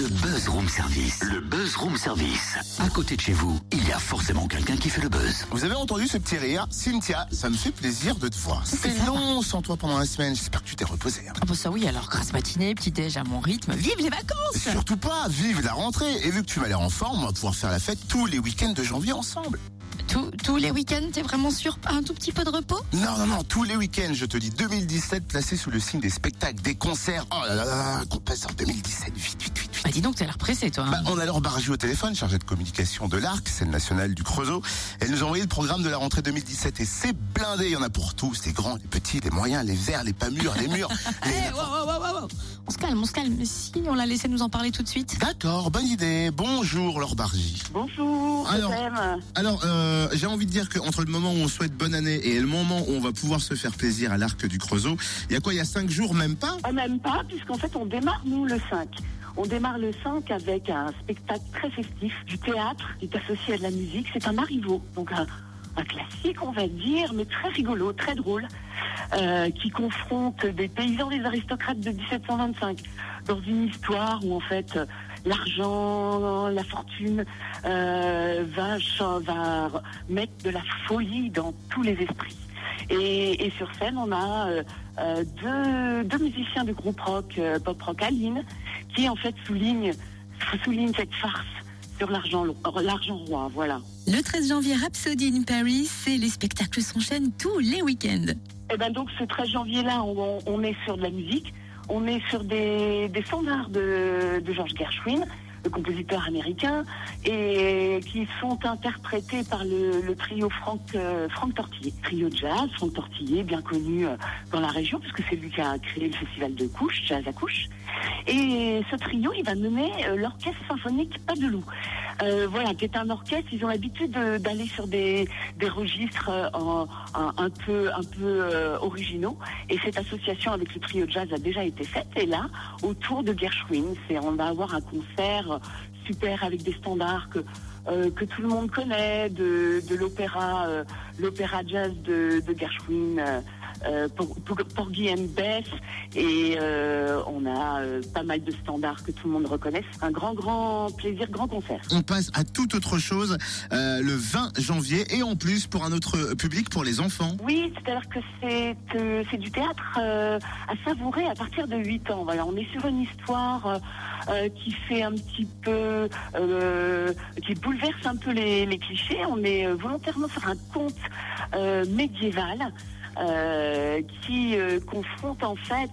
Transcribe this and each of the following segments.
Le Buzz Room Service. Le Buzz Room Service. À côté de chez vous, il y a forcément quelqu'un qui fait le buzz. Vous avez entendu ce petit rire? Cynthia, ça me fait plaisir de te voir. C'était long sans toi pendant la semaine. J'espère que tu t'es reposé. Ah bah ça oui, alors grasse matinée, petit déj à mon rythme. Vive les vacances! Surtout pas, vive la rentrée. Et vu que tu m'as l'air en forme, on va pouvoir faire la fête tous les week-ends de janvier ensemble. Tous les week-ends, t'es vraiment sûr? Pas un tout petit peu de repos? Non, tous les week-ends, je te dis. 2017, placé sous le signe des spectacles, des concerts. Oh là là, qu'on passe en 2017, vite. Bah dis donc, t'as l'air pressé toi. On a Laure Bargy au téléphone, chargée de communication de l'Arc, scène nationale du Creusot. Elle nous a envoyé le programme de la rentrée 2017 et c'est blindé. Il y en a pour tous, les grands, les petits, les moyens, les verts, les pas mûrs, les mûrs. Wow. On se calme. Si, on l'a laissé nous en parler tout de suite. D'accord, bonne idée. Bonjour Laure Bargy. Bonjour, Alors, j'ai envie de dire qu'entre le moment où on souhaite bonne année et le moment où on va pouvoir se faire plaisir à l'Arc du Creusot, il y a quoi? Il y a 5 jours, même pas? Même pas, puisqu'en fait on démarre nous le 5. On démarre le 5 avec un spectacle très festif du théâtre qui est associé à de la musique. C'est un Marivaux, donc un classique on va dire, mais très rigolo, très drôle, qui confronte des paysans, des aristocrates de 1725 dans une histoire où en fait l'argent, la fortune va mettre de la folie dans tous les esprits. Et sur scène, on a deux musiciens du groupe rock, pop rock Aline, qui en fait souligne cette farce sur l'argent roi, voilà. Le 13 janvier, Rhapsody in Paris, et les spectacles s'enchaînent tous les week-ends. Et ben donc ce 13 janvier-là, on est sur de la musique, on est sur des standards de George Gershwin, le compositeur américain, et qui sont interprétés par le trio Franck Tortillé. Trio de jazz, Franck Tortillé, bien connu dans la région, parce que c'est lui qui a créé le festival de Couche, Jazz à Couche. Et ce trio, il va mener l'orchestre symphonique Pas de Loup. Voilà, qui est un orchestre, ils ont l'habitude d'aller sur des registres un peu originaux. Et cette association avec le trio de jazz a déjà été faite. Et là, autour de Gershwin, on va avoir un concert super avec des standards que tout le monde connaît, de l'opéra jazz de Gershwin, Porgy and Bess, et on a pas mal de standards que tout le monde reconnaît. Un grand plaisir, grand concert. On passe à toute autre chose le 20 janvier et en plus pour un autre public, pour les enfants. Oui, c'est-à-dire que c'est du théâtre à savourer à partir de 8 ans. Voilà, on est sur une histoire qui fait un petit peu qui bouleverse un peu les clichés. On est volontairement sur un conte médiéval qui confronte en fait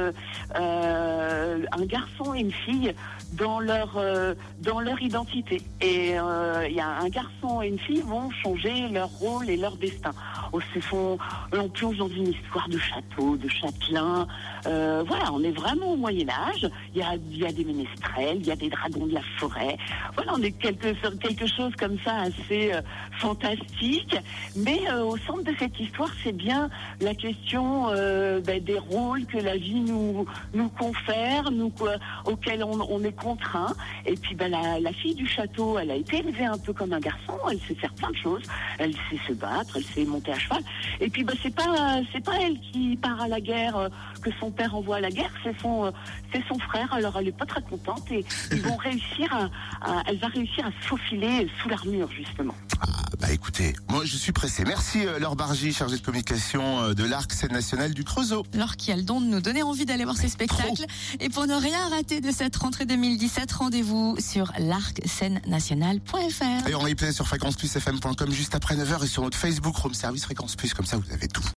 un garçon et une fille dans leur identité. Et il y a un garçon et une fille vont changer leur rôle et leur destin. On plonge dans une histoire de château, de châtelain. Voilà, on est vraiment au Moyen-Âge. Il y a des ménestrels, il y a des dragons de la forêt. Voilà, on est quelque chose comme ça assez fantastique. Mais au centre de cette histoire, c'est bien la question des rôles que la vie nous confère, auxquels on est contraint. Et puis la fille du château, elle a été élevée un peu comme un garçon. Elle sait faire plein de choses. Elle sait se battre, elle sait monter à cheval. Et puis c'est pas elle qui part à la guerre, que son père envoie à la guerre. C'est son frère. Alors elle est pas très contente et elle va réussir à se faufiler sous l'armure justement. Écoutez, moi je suis pressé. Merci Laure Bargy, chargée de communication de l'Arc, scène nationale du Creusot. Laure qui a le don de nous donner envie d'aller voir ces spectacles. Et pour ne rien rater de cette rentrée 2017, rendez-vous sur l'arcscènenationale.fr. Et on replay sur fréquenceplusfm.com juste après 9h et sur notre Facebook Room Service Fréquence Plus, comme ça vous avez tout.